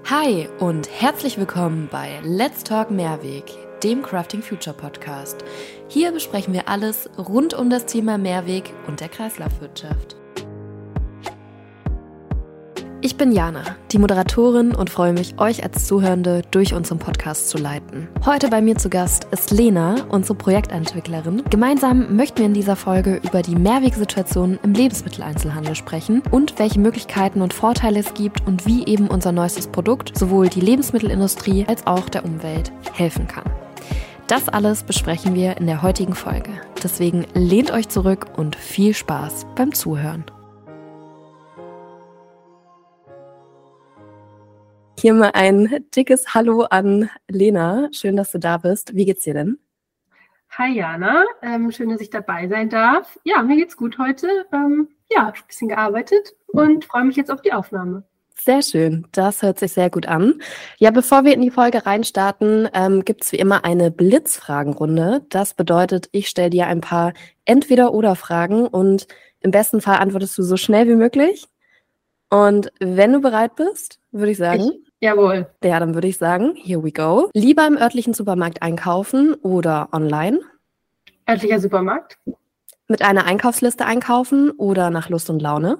Hi und herzlich willkommen bei Let's Talk Mehrweg, dem Crafting Future Podcast. Hier besprechen wir alles rund um das Thema Mehrweg und der Kreislaufwirtschaft. Ich bin Jana, die Moderatorin, und freue mich, euch als Zuhörende durch unseren Podcast zu leiten. Heute bei mir zu Gast ist Lena, unsere Projektentwicklerin. Gemeinsam möchten wir in dieser Folge über die Mehrwegsituation im Lebensmitteleinzelhandel sprechen und welche Möglichkeiten und Vorteile es gibt und wie eben unser neuestes Produkt sowohl die Lebensmittelindustrie als auch der Umwelt helfen kann. Das alles besprechen wir in der heutigen Folge. Deswegen lehnt euch zurück und viel Spaß beim Zuhören. Hier mal ein dickes Hallo an Lena. Schön, dass du da bist. Wie geht's dir denn? Hi Jana, schön, dass ich dabei sein darf. Ja, mir geht's gut heute. Ein bisschen gearbeitet und freue mich jetzt auf die Aufnahme. Sehr schön, das hört sich sehr gut an. Ja, bevor wir in die Folge reinstarten, gibt's wie immer eine Blitzfragenrunde. Das bedeutet, ich stelle dir ein paar Entweder-oder-Fragen und im besten Fall antwortest du so schnell wie möglich. Und wenn du bereit bist, würde ich sagen... Jawohl. Ja, dann würde ich sagen, here we go. Lieber im örtlichen Supermarkt einkaufen oder online? Örtlicher Supermarkt. Mit einer Einkaufsliste einkaufen oder nach Lust und Laune?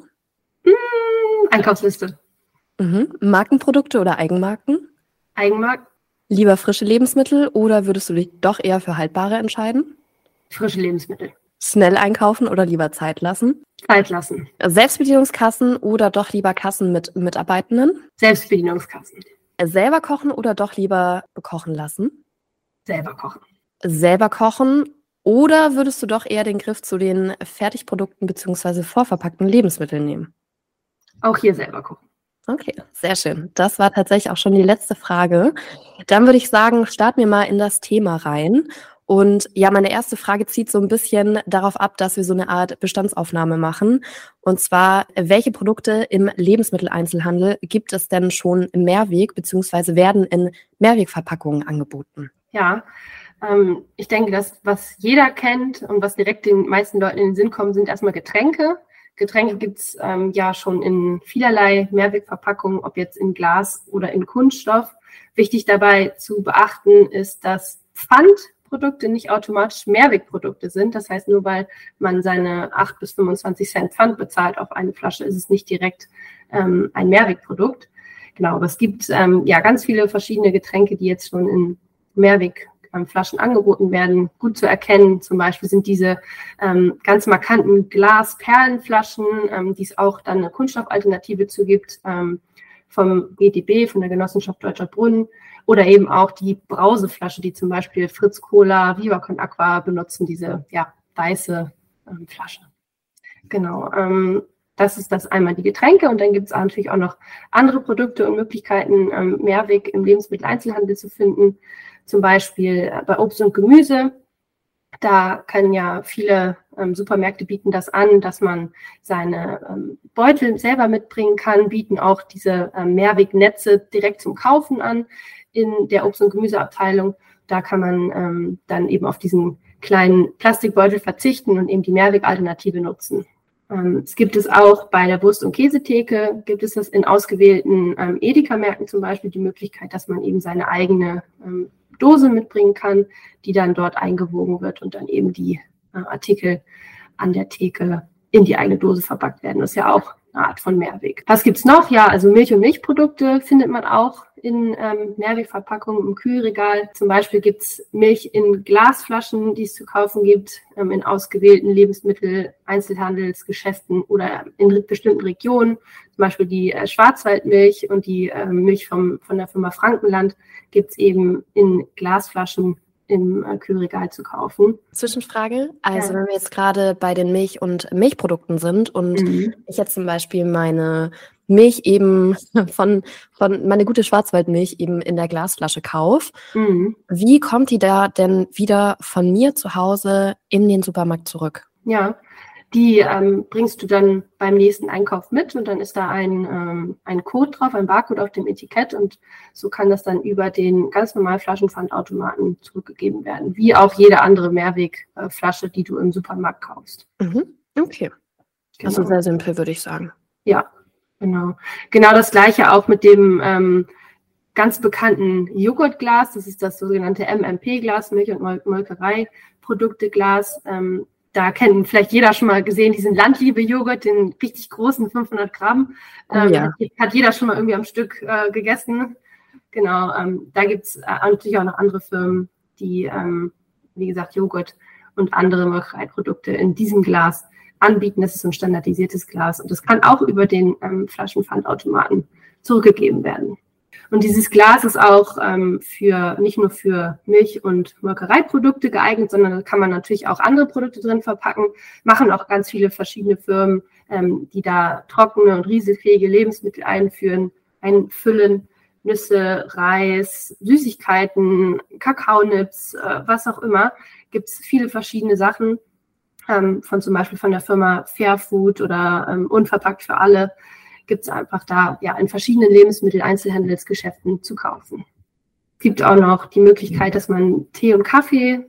Einkaufsliste. Markenprodukte oder Eigenmarken? Eigenmarken. Lieber frische Lebensmittel oder würdest du dich doch eher für haltbare entscheiden? Frische Lebensmittel. Schnell einkaufen oder lieber Zeit lassen? Zeit lassen. Selbstbedienungskassen oder doch lieber Kassen mit Mitarbeitenden? Selbstbedienungskassen. Selber kochen oder doch lieber bekochen lassen? Selber kochen. Selber kochen oder würdest du doch eher den Griff zu den Fertigprodukten bzw. vorverpackten Lebensmitteln nehmen? Auch hier selber kochen. Okay, sehr schön. Das war tatsächlich auch schon die letzte Frage. Dann würde ich sagen, starten wir mal in das Thema rein. Und ja, meine erste Frage zieht so ein bisschen darauf ab, dass wir so eine Art Bestandsaufnahme machen. Und zwar, welche Produkte im Lebensmitteleinzelhandel gibt es denn schon im Mehrweg bzw. werden in Mehrwegverpackungen angeboten? Ja, ich denke, das, was jeder kennt und was direkt den meisten Leuten in den Sinn kommt, sind erstmal Getränke. Getränke gibt es ja schon in vielerlei Mehrwegverpackungen, ob jetzt in Glas oder in Kunststoff. Wichtig dabei zu beachten ist, dass Pfandprodukte nicht automatisch Mehrwegprodukte sind. Das heißt, nur weil man seine 8 bis 25 Cent Pfand bezahlt auf eine Flasche, ist es nicht direkt ein Mehrwegprodukt. Genau, aber es gibt ganz viele verschiedene Getränke, die jetzt schon in Mehrwegflaschen angeboten werden. Gut zu erkennen, zum Beispiel sind diese ganz markanten Glas-Perlenflaschen, die es auch dann eine Kunststoffalternative zu gibt, vom GDB, von der Genossenschaft Deutscher Brunnen, oder eben auch die Brauseflasche, die zum Beispiel Fritz Cola, Viva Con Aqua benutzen, diese weiße Flasche. Genau, das ist das einmal die Getränke, und dann gibt es natürlich auch noch andere Produkte und Möglichkeiten, Mehrweg im Lebensmitteleinzelhandel zu finden, zum Beispiel bei Obst und Gemüse. Da können ja viele Supermärkte bieten das an, dass man seine Beutel selber mitbringen kann, bieten auch diese Mehrwegnetze direkt zum Kaufen an in der Obst- und Gemüseabteilung. Da kann man dann eben auf diesen kleinen Plastikbeutel verzichten und eben die Mehrwegalternative nutzen. Es gibt es auch bei der Wurst- und Käsetheke, gibt es das in ausgewählten Edeka-Märkten zum Beispiel die Möglichkeit, dass man eben seine eigene Dose mitbringen kann, die dann dort eingewogen wird und dann eben die Artikel an der Theke in die eigene Dose verpackt werden. Das ist ja auch eine Art von Mehrweg. Was gibt's noch? Ja, also Milch und Milchprodukte findet man auch in Mehrwegverpackungen im Kühlregal. Zum Beispiel gibt's Milch in Glasflaschen, die es zu kaufen gibt, in ausgewählten Lebensmittel-Einzelhandelsgeschäften oder in bestimmten Regionen. Zum Beispiel die Schwarzwaldmilch und die Milch von der Firma Frankenland gibt's eben in Glasflaschen im Kühlregal zu kaufen. Zwischenfrage, also wenn wir jetzt gerade bei den Milch- und Milchprodukten sind und ich jetzt zum Beispiel meine Milch eben von meine gute Schwarzwaldmilch eben in der Glasflasche kaufe, wie kommt die da denn wieder von mir zu Hause in den Supermarkt zurück? Ja, die bringst du dann beim nächsten Einkauf mit, und dann ist da ein Code drauf, ein Barcode auf dem Etikett, und so kann das dann über den ganz normalen Flaschenpfandautomaten zurückgegeben werden, wie auch jede andere Mehrwegflasche, die du im Supermarkt kaufst. Okay, genau. Also sehr simpel, würde ich sagen. Ja, genau. Genau das Gleiche auch mit dem ganz bekannten Joghurtglas, das ist das sogenannte MMP-Glas, Milch- und Molkereiprodukte-Glas. Da kennt vielleicht jeder schon mal gesehen, diesen Landliebe-Joghurt, den richtig großen 500 Gramm. Hat jeder schon mal irgendwie am Stück gegessen. Genau, da gibt es natürlich auch noch andere Firmen, die, wie gesagt, Joghurt und andere Molkereiprodukte in diesem Glas anbieten. Das ist so ein standardisiertes Glas und das kann auch über den Flaschenpfandautomaten zurückgegeben werden. Und dieses Glas ist auch nicht nur für Milch- und Molkereiprodukte geeignet, sondern da kann man natürlich auch andere Produkte drin verpacken. Machen auch ganz viele verschiedene Firmen, die da trockene und rieselfähige Lebensmittel einfüllen. Nüsse, Reis, Süßigkeiten, Kakaonips, was auch immer. Gibt es viele verschiedene Sachen, zum Beispiel von der Firma Fairfood oder Unverpackt für alle. Gibt es einfach da in verschiedenen Lebensmittel-Einzelhandelsgeschäften zu kaufen. Es gibt auch noch die Möglichkeit, dass man Tee und Kaffee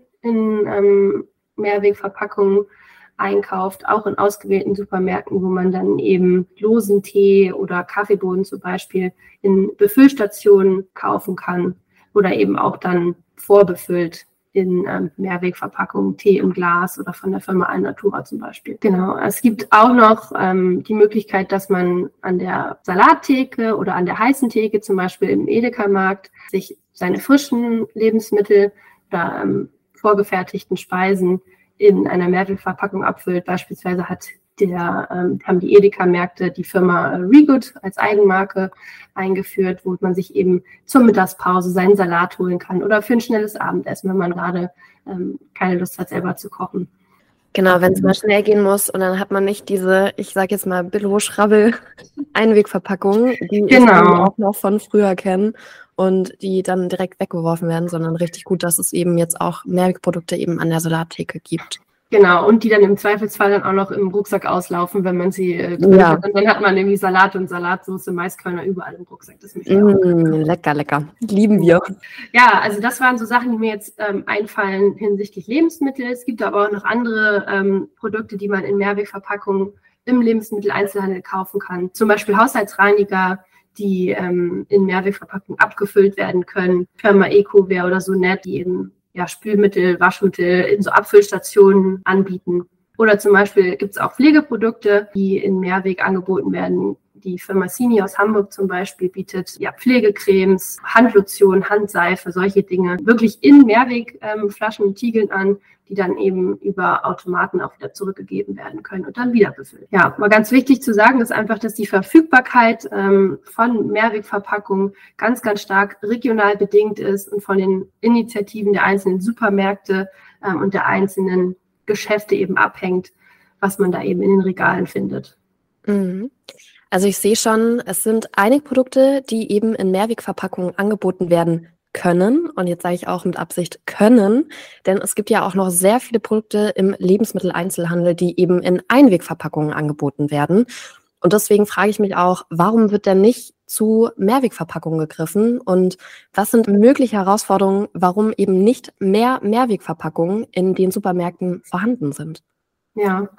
in Mehrwegverpackungen einkauft, auch in ausgewählten Supermärkten, wo man dann eben losen Tee oder Kaffeebohnen zum Beispiel in Befüllstationen kaufen kann oder eben auch dann vorbefüllt in Mehrwegverpackungen, Tee im Glas oder von der Firma Alnatura zum Beispiel. Genau, es gibt auch noch die Möglichkeit, dass man an der Salattheke oder an der heißen Theke, zum Beispiel im Edeka-Markt, sich seine frischen Lebensmittel oder vorgefertigten Speisen in einer Mehrwegverpackung abfüllt. Beispielsweise haben die Edeka-Märkte die Firma Regood als Eigenmarke eingeführt, wo man sich eben zur Mittagspause seinen Salat holen kann oder für ein schnelles Abendessen, wenn man gerade keine Lust hat, selber zu kochen. Genau, wenn es mal schnell gehen muss und dann hat man nicht diese, ich sage jetzt mal, Billo-Schrabbel-Einwegverpackungen, die ich auch noch von früher kenne und die dann direkt weggeworfen werden, sondern richtig gut, dass es eben jetzt auch Mehrwegprodukte eben an der Salattheke gibt. Genau, und die dann im Zweifelsfall dann auch noch im Rucksack auslaufen, wenn man sie drin hat. Und dann hat man irgendwie Salat und Salatsauce, Maiskörner überall im Rucksack. Das lecker, lecker. Lieben wir. Ja, also das waren so Sachen, die mir jetzt einfallen hinsichtlich Lebensmittel. Es gibt aber auch noch andere Produkte, die man in Mehrwegverpackungen im Lebensmitteleinzelhandel kaufen kann. Zum Beispiel Haushaltsreiniger, die in Mehrwegverpackungen abgefüllt werden können. Firma Ecoware oder Sonett, die eben Spülmittel, Waschmittel in so Abfüllstationen anbieten. Oder zum Beispiel gibt es auch Pflegeprodukte, die in Mehrweg angeboten werden. Die Firma Sini aus Hamburg zum Beispiel bietet Pflegecremes, Handlotion, Handseife, solche Dinge wirklich in Mehrwegflaschen und Tiegeln an, die dann eben über Automaten auch wieder zurückgegeben werden können und dann wieder befüllt. Ja, mal ganz wichtig zu sagen ist einfach, dass die Verfügbarkeit von Mehrwegverpackungen ganz, ganz stark regional bedingt ist und von den Initiativen der einzelnen Supermärkte und der einzelnen Geschäfte eben abhängt, was man da eben in den Regalen findet. Mhm. Also ich sehe schon, es sind einige Produkte, die eben in Mehrwegverpackungen angeboten werden können. Und jetzt sage ich auch mit Absicht können, denn es gibt ja auch noch sehr viele Produkte im Lebensmitteleinzelhandel, die eben in Einwegverpackungen angeboten werden. Und deswegen frage ich mich auch, warum wird denn nicht zu Mehrwegverpackungen gegriffen? Und was sind mögliche Herausforderungen, warum eben nicht mehr Mehrwegverpackungen in den Supermärkten vorhanden sind? Ja,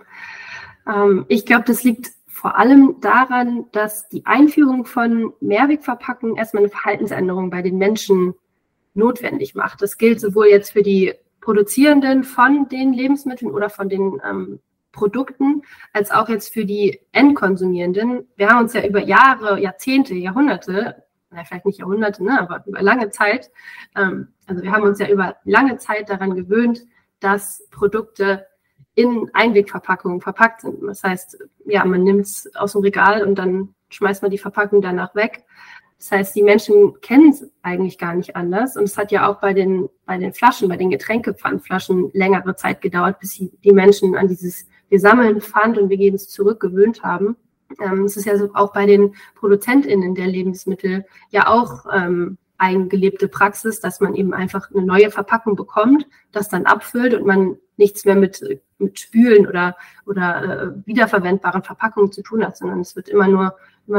ich glaube, das liegt vor allem daran, dass die Einführung von Mehrwegverpackungen erstmal eine Verhaltensänderung bei den Menschen notwendig macht. Das gilt sowohl jetzt für die Produzierenden von den Lebensmitteln oder von den Produkten, als auch jetzt für die Endkonsumierenden. Wir haben uns ja über Jahre, Jahrzehnte, Jahrhunderte, vielleicht nicht Jahrhunderte, aber über lange Zeit, also wir haben uns ja über lange Zeit daran gewöhnt, dass Produkte in Einwegverpackungen verpackt sind. Das heißt, man nimmt es aus dem Regal und dann schmeißt man die Verpackung danach weg. Das heißt, die Menschen kennen es eigentlich gar nicht anders. Und es hat ja auch bei den Flaschen, bei den Getränkepfandflaschen längere Zeit gedauert, bis die Menschen an dieses wir sammeln Pfand und wir geben es zurück gewöhnt haben. Es ist ja so auch bei den ProduzentInnen der Lebensmittel ja auch eingelebte Praxis, dass man eben einfach eine neue Verpackung bekommt, das dann abfüllt und man nichts mehr mit Spülen oder wiederverwendbaren Verpackungen zu tun hat, sondern es wird immer nur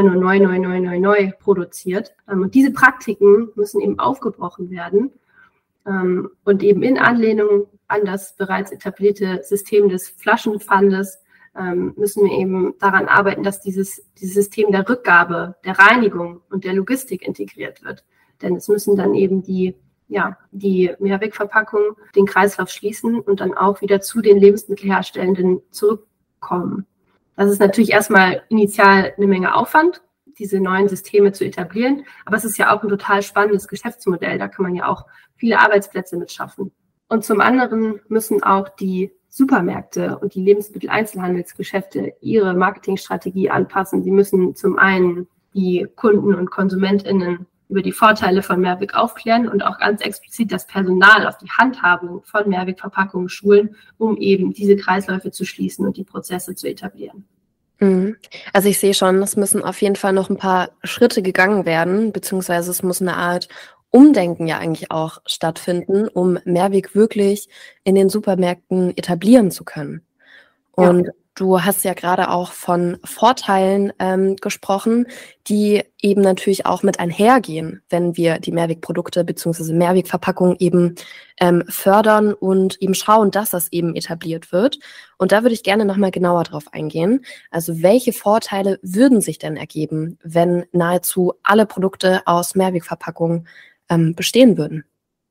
neu produziert. Und diese Praktiken müssen eben aufgebrochen werden und eben in Anlehnung an das bereits etablierte System des Flaschenpfandes müssen wir eben daran arbeiten, dass dieses System der Rückgabe, der Reinigung und der Logistik integriert wird. Denn es müssen dann eben die Mehrwegverpackungen den Kreislauf schließen und dann auch wieder zu den Lebensmittelherstellenden zurückkommen. Das ist natürlich erstmal initial eine Menge Aufwand, diese neuen Systeme zu etablieren. Aber es ist ja auch ein total spannendes Geschäftsmodell. Da kann man ja auch viele Arbeitsplätze mit schaffen. Und zum anderen müssen auch die Supermärkte und die Lebensmitteleinzelhandelsgeschäfte ihre Marketingstrategie anpassen. Sie müssen zum einen die Kunden und KonsumentInnen über die Vorteile von Mehrweg aufklären und auch ganz explizit das Personal auf die Handhabung von Mehrwegverpackungen schulen, um eben diese Kreisläufe zu schließen und die Prozesse zu etablieren. Also ich sehe schon, es müssen auf jeden Fall noch ein paar Schritte gegangen werden, beziehungsweise es muss eine Art Umdenken ja eigentlich auch stattfinden, um Mehrweg wirklich in den Supermärkten etablieren zu können. Und du hast ja gerade auch von Vorteilen gesprochen, die eben natürlich auch mit einhergehen, wenn wir die Mehrwegprodukte bzw. Mehrwegverpackungen eben fördern und eben schauen, dass das eben etabliert wird. Und da würde ich gerne nochmal genauer drauf eingehen. Also welche Vorteile würden sich denn ergeben, wenn nahezu alle Produkte aus Mehrwegverpackungen bestehen würden?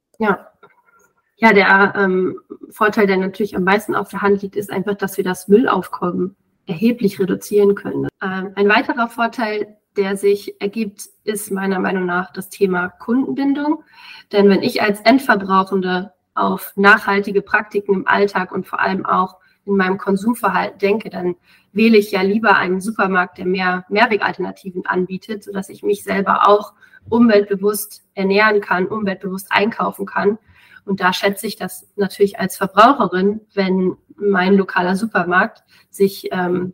Ja, der Vorteil, der natürlich am meisten auf der Hand liegt, ist einfach, dass wir das Müllaufkommen erheblich reduzieren können. Ein weiterer Vorteil, der sich ergibt, ist meiner Meinung nach das Thema Kundenbindung. Denn wenn ich als Endverbrauchende auf nachhaltige Praktiken im Alltag und vor allem auch in meinem Konsumverhalten denke, dann wähle ich ja lieber einen Supermarkt, der mehr Mehrwegalternativen anbietet, sodass ich mich selber auch umweltbewusst ernähren kann, umweltbewusst einkaufen kann. Und da schätze ich das natürlich als Verbraucherin, wenn mein lokaler Supermarkt sich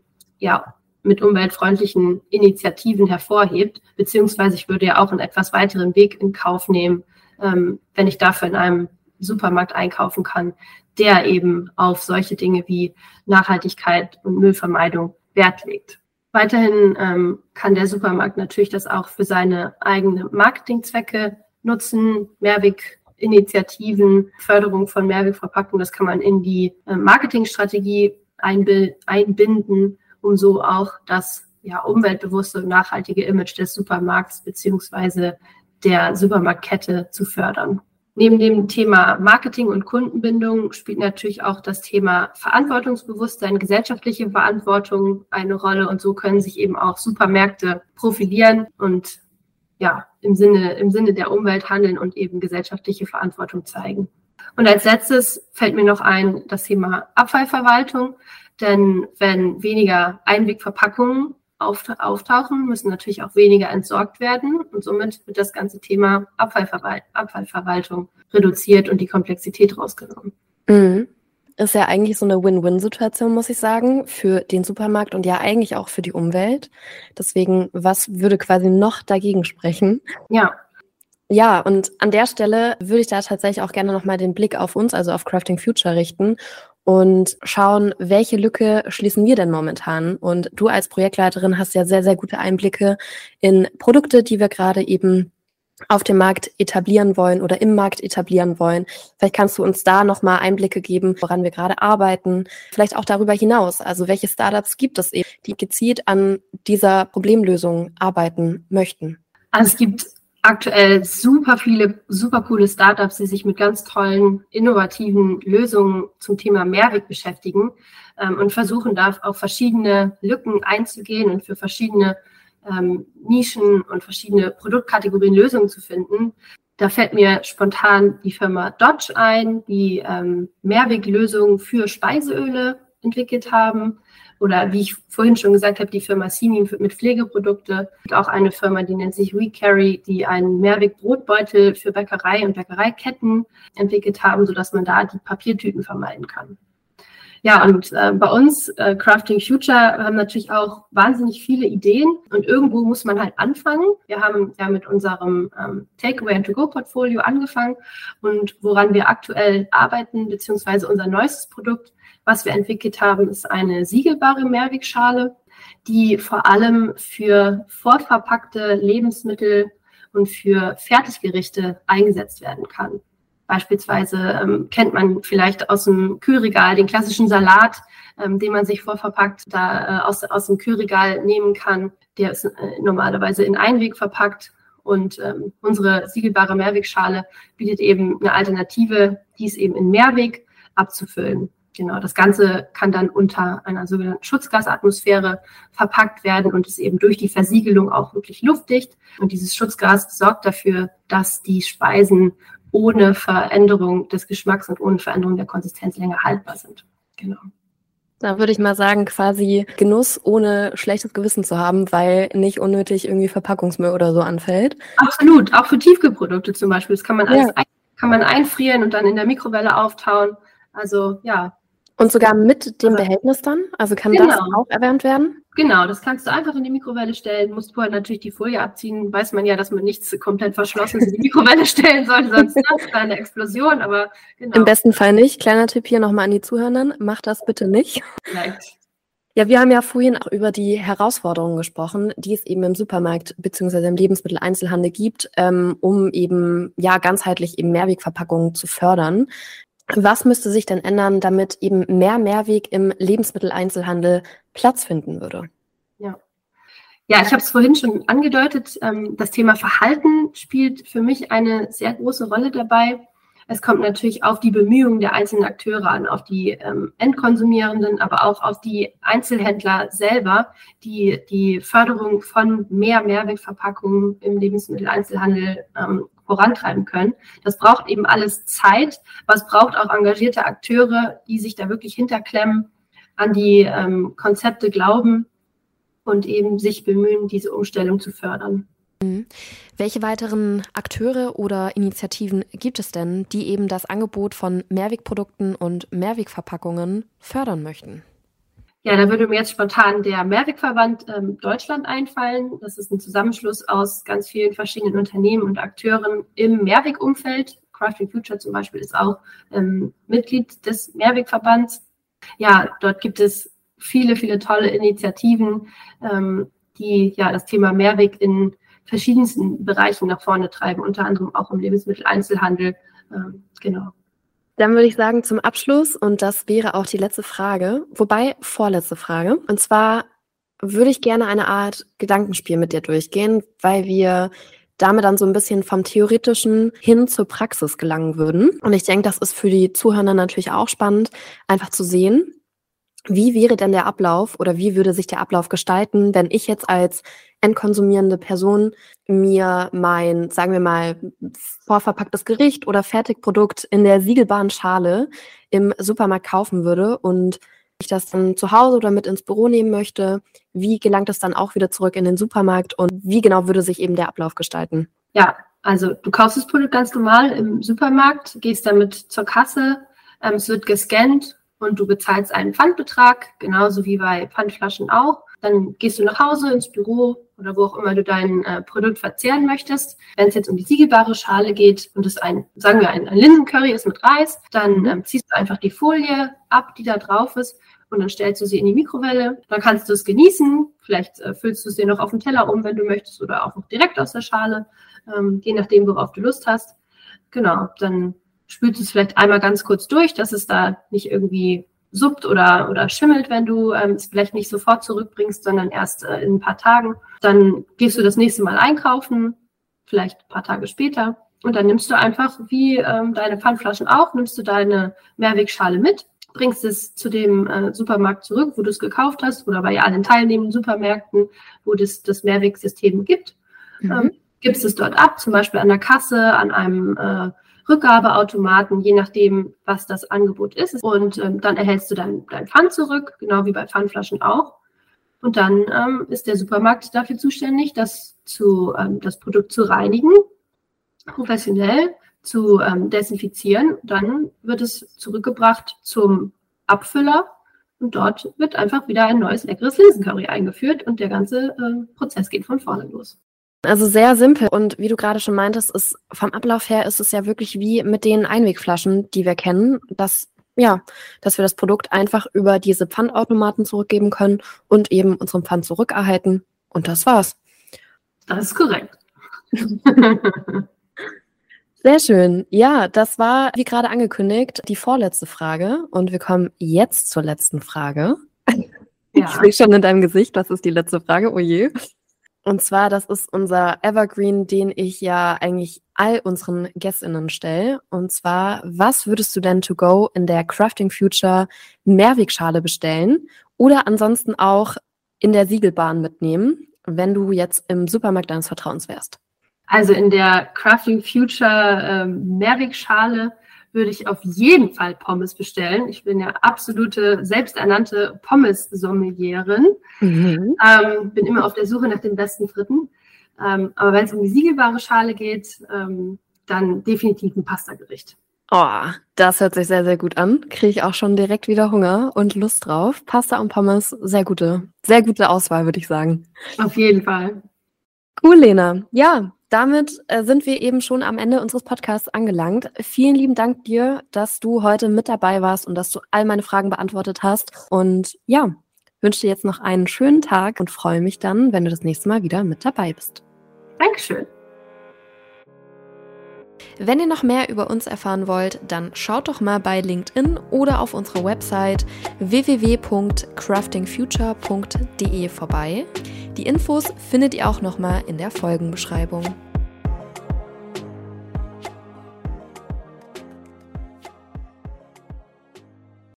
mit umweltfreundlichen Initiativen hervorhebt, beziehungsweise ich würde ja auch einen etwas weiteren Weg in Kauf nehmen, wenn ich dafür in einem Supermarkt einkaufen kann, der eben auf solche Dinge wie Nachhaltigkeit und Müllvermeidung Wert legt. Weiterhin kann der Supermarkt natürlich das auch für seine eigenen Marketingzwecke nutzen, Mehrweginitiativen, Förderung von Mehrwegverpackungen, das kann man in die Marketingstrategie einbinden, um so auch das umweltbewusste und nachhaltige Image des Supermarkts beziehungsweise der Supermarktkette zu fördern. Neben dem Thema Marketing und Kundenbindung spielt natürlich auch das Thema Verantwortungsbewusstsein, gesellschaftliche Verantwortung eine Rolle. Und so können sich eben auch Supermärkte profilieren und im Sinne der Umwelt handeln und eben gesellschaftliche Verantwortung zeigen. Und als letztes fällt mir noch ein das Thema Abfallverwaltung. Denn wenn weniger Einwegverpackungen auftauchen, müssen natürlich auch weniger entsorgt werden. Und somit wird das ganze Thema Abfallverwaltung reduziert und die Komplexität rausgenommen. Ist ja eigentlich so eine Win-Win-Situation, muss ich sagen, für den Supermarkt und ja eigentlich auch für die Umwelt. Deswegen, was würde quasi noch dagegen sprechen? Ja, und an der Stelle würde ich da tatsächlich auch gerne nochmal den Blick auf uns, also auf Crafting Future richten und schauen, welche Lücke schließen wir denn momentan? Und du als Projektleiterin hast ja sehr, sehr gute Einblicke in Produkte, die wir gerade eben auf dem Markt etablieren wollen oder im Markt etablieren wollen. Vielleicht kannst du uns da nochmal Einblicke geben, woran wir gerade arbeiten. Vielleicht auch darüber hinaus. Also welche Startups gibt es eben, die gezielt an dieser Problemlösung arbeiten möchten? Also es gibt aktuell super viele, super coole Startups, die sich mit ganz tollen, innovativen Lösungen zum Thema Mehrweg beschäftigen und versuchen da auf verschiedene Lücken einzugehen und für verschiedene Nischen und verschiedene Produktkategorien Lösungen zu finden. Da fällt mir spontan die Firma Dodge ein, die Mehrweglösungen für Speiseöle entwickelt haben. Oder wie ich vorhin schon gesagt habe, die Firma Simi mit Pflegeprodukte. Und auch eine Firma, die nennt sich WeCarry, die einen Mehrweg-Brotbeutel für Bäckerei und Bäckereiketten entwickelt haben, sodass man da die Papiertüten vermeiden kann. Ja, und bei uns, Crafting Future, haben natürlich auch wahnsinnig viele Ideen und irgendwo muss man halt anfangen. Wir haben ja mit unserem Takeaway-and-to-go-Portfolio angefangen und woran wir aktuell arbeiten, beziehungsweise unser neuestes Produkt, was wir entwickelt haben, ist eine siegelbare Mehrwegschale, die vor allem für vorverpackte Lebensmittel und für Fertiggerichte eingesetzt werden kann. Beispielsweise kennt man vielleicht aus dem Kühlregal den klassischen Salat, den man sich vorverpackt aus dem Kühlregal nehmen kann. Der ist normalerweise in Einweg verpackt Und unsere siegelbare Mehrwegschale bietet eben eine Alternative, dies eben in Mehrweg abzufüllen. Genau, das Ganze kann dann unter einer sogenannten Schutzgasatmosphäre verpackt werden und ist eben durch die Versiegelung auch wirklich luftdicht. Und dieses Schutzgas sorgt dafür, dass die Speisen ohne Veränderung des Geschmacks und ohne Veränderung der Konsistenz länger haltbar sind. Genau. Da würde ich mal sagen, quasi Genuss ohne schlechtes Gewissen zu haben, weil nicht unnötig irgendwie Verpackungsmüll oder so anfällt. Absolut, auch für Tiefkühlprodukte zum Beispiel. Das kann man alles kann man einfrieren und dann in der Mikrowelle auftauen. Also ja. Und sogar mit dem Behältnis dann? Also kann das auch erwärmt werden? Genau, das kannst du einfach in die Mikrowelle stellen. Musst vorher natürlich die Folie abziehen. Weiß man ja, dass man nichts komplett Verschlossenes in die Mikrowelle stellen sollte, sonst ist das eine Explosion. Aber genau. Im besten Fall nicht. Kleiner Tipp hier nochmal an die Zuhörenden. Macht das bitte nicht. Vielleicht. Ja, wir haben ja vorhin auch über die Herausforderungen gesprochen, die es eben im Supermarkt bzw. im Lebensmitteleinzelhandel gibt, um eben ganzheitlich eben Mehrwegverpackungen zu fördern. Was müsste sich denn ändern, damit eben mehr Mehrweg im Lebensmitteleinzelhandel Platz finden würde? Ja, ich habe es vorhin schon angedeutet. Das Thema Verhalten spielt für mich eine sehr große Rolle dabei. Es kommt natürlich auf die Bemühungen der einzelnen Akteure an, auf die Endkonsumierenden, aber auch auf die Einzelhändler selber, die die Förderung von mehr Mehrwegverpackungen im Lebensmitteleinzelhandel vorantreiben können. Das braucht eben alles Zeit, aber es braucht auch engagierte Akteure, die sich da wirklich hinterklemmen, an die Konzepte glauben und eben sich bemühen, diese Umstellung zu fördern. Welche weiteren Akteure oder Initiativen gibt es denn, die eben das Angebot von Mehrwegprodukten und Mehrwegverpackungen fördern möchten? Ja, da würde mir jetzt spontan der Mehrwegverband Deutschland einfallen. Das ist ein Zusammenschluss aus ganz vielen verschiedenen Unternehmen und Akteuren im Mehrwegumfeld. Crafting Future zum Beispiel ist auch Mitglied des Mehrwegverbands. Ja, dort gibt es viele, viele tolle Initiativen, die das Thema Mehrweg in verschiedensten Bereichen nach vorne treiben, unter anderem auch im Lebensmitteleinzelhandel. Genau. Dann würde ich sagen, zum Abschluss, und das wäre auch die letzte Frage, wobei vorletzte Frage. Und zwar würde ich gerne eine Art Gedankenspiel mit dir durchgehen, weil wir damit dann so ein bisschen vom Theoretischen hin zur Praxis gelangen würden. Und ich denke, das ist für die Zuhörer natürlich auch spannend, einfach zu sehen, wie wäre denn der Ablauf oder wie würde sich der Ablauf gestalten, wenn ich jetzt als endkonsumierende Person mir mein, sagen wir mal, vorverpacktes Gericht oder Fertigprodukt in der siegelbaren Schale im Supermarkt kaufen würde und ich das dann zu Hause oder mit ins Büro nehmen möchte, wie gelangt es dann auch wieder zurück in den Supermarkt und wie genau würde sich eben der Ablauf gestalten? Ja, also du kaufst das Produkt ganz normal im Supermarkt, gehst damit zur Kasse, es wird gescannt und du bezahlst einen Pfandbetrag, genauso wie bei Pfandflaschen auch. Dann gehst du nach Hause ins Büro oder wo auch immer du dein Produkt verzehren möchtest. Wenn es jetzt um die siegelbare Schale geht und es ein Linsencurry ist mit Reis, dann ziehst du einfach die Folie ab, die da drauf ist und dann stellst du sie in die Mikrowelle. Dann kannst du es genießen. Vielleicht füllst du es dir noch auf den Teller um, wenn du möchtest, oder auch noch direkt aus der Schale, je nachdem, worauf du Lust hast. Genau, dann spülst du es vielleicht einmal ganz kurz durch, dass es da nicht irgendwie suppt oder schimmelt, wenn du es vielleicht nicht sofort zurückbringst, sondern erst in ein paar Tagen. Dann gehst du das nächste Mal einkaufen, vielleicht ein paar Tage später. Und dann nimmst du einfach, wie deine Pfandflaschen auch, nimmst du deine Mehrwegschale mit, bringst es zu dem Supermarkt zurück, wo du es gekauft hast, oder bei allen teilnehmenden Supermärkten, wo das Mehrwegsystem gibt. Gibst es dort ab, zum Beispiel an der Kasse, an einem Rückgabeautomaten, je nachdem, was das Angebot ist. Und dann erhältst du dein Pfand zurück, genau wie bei Pfandflaschen auch. Und dann ist der Supermarkt dafür zuständig, das Produkt zu reinigen, professionell zu desinfizieren. Dann wird es zurückgebracht zum Abfüller und dort wird einfach wieder ein neues, leckeres Linsencurry eingeführt und der ganze Prozess geht von vorne los. Also sehr simpel und wie du gerade schon meintest, vom Ablauf her ist es ja wirklich wie mit den Einwegflaschen, die wir kennen, dass wir das Produkt einfach über diese Pfandautomaten zurückgeben können und eben unseren Pfand zurückerhalten und das war's. Das ist korrekt. Sehr schön. Ja, das war, wie gerade angekündigt, die vorletzte Frage und wir kommen jetzt zur letzten Frage. Ja. Ich sehe schon in deinem Gesicht, das ist die letzte Frage, oh je. Und zwar, das ist unser Evergreen, den ich ja eigentlich all unseren GästInnen stelle. Und zwar, was würdest du denn to go in der Crafting Future Mehrwegschale bestellen oder ansonsten auch in der Siegelbahn mitnehmen, wenn du jetzt im Supermarkt deines Vertrauens wärst? Also in der Crafting Future Mehrwegschale würde ich auf jeden Fall Pommes bestellen. Ich bin ja absolute, selbsternannte Pommes-Sommelierin. Bin immer auf der Suche nach den besten Fritten. Aber wenn es um die siegelbare Schale geht, dann definitiv ein Pastagericht. Oh, das hört sich sehr, sehr gut an. Kriege ich auch schon direkt wieder Hunger und Lust drauf. Pasta und Pommes, sehr gute Auswahl, würde ich sagen. Auf jeden Fall. Cool, Lena. Ja, damit sind wir eben schon am Ende unseres Podcasts angelangt. Vielen lieben Dank dir, dass du heute mit dabei warst und dass du all meine Fragen beantwortet hast. Und ja, wünsche dir jetzt noch einen schönen Tag und freue mich dann, wenn du das nächste Mal wieder mit dabei bist. Dankeschön. Wenn ihr noch mehr über uns erfahren wollt, dann schaut doch mal bei LinkedIn oder auf unserer Website www.craftingfuture.de vorbei. Die Infos findet ihr auch nochmal in der Folgenbeschreibung.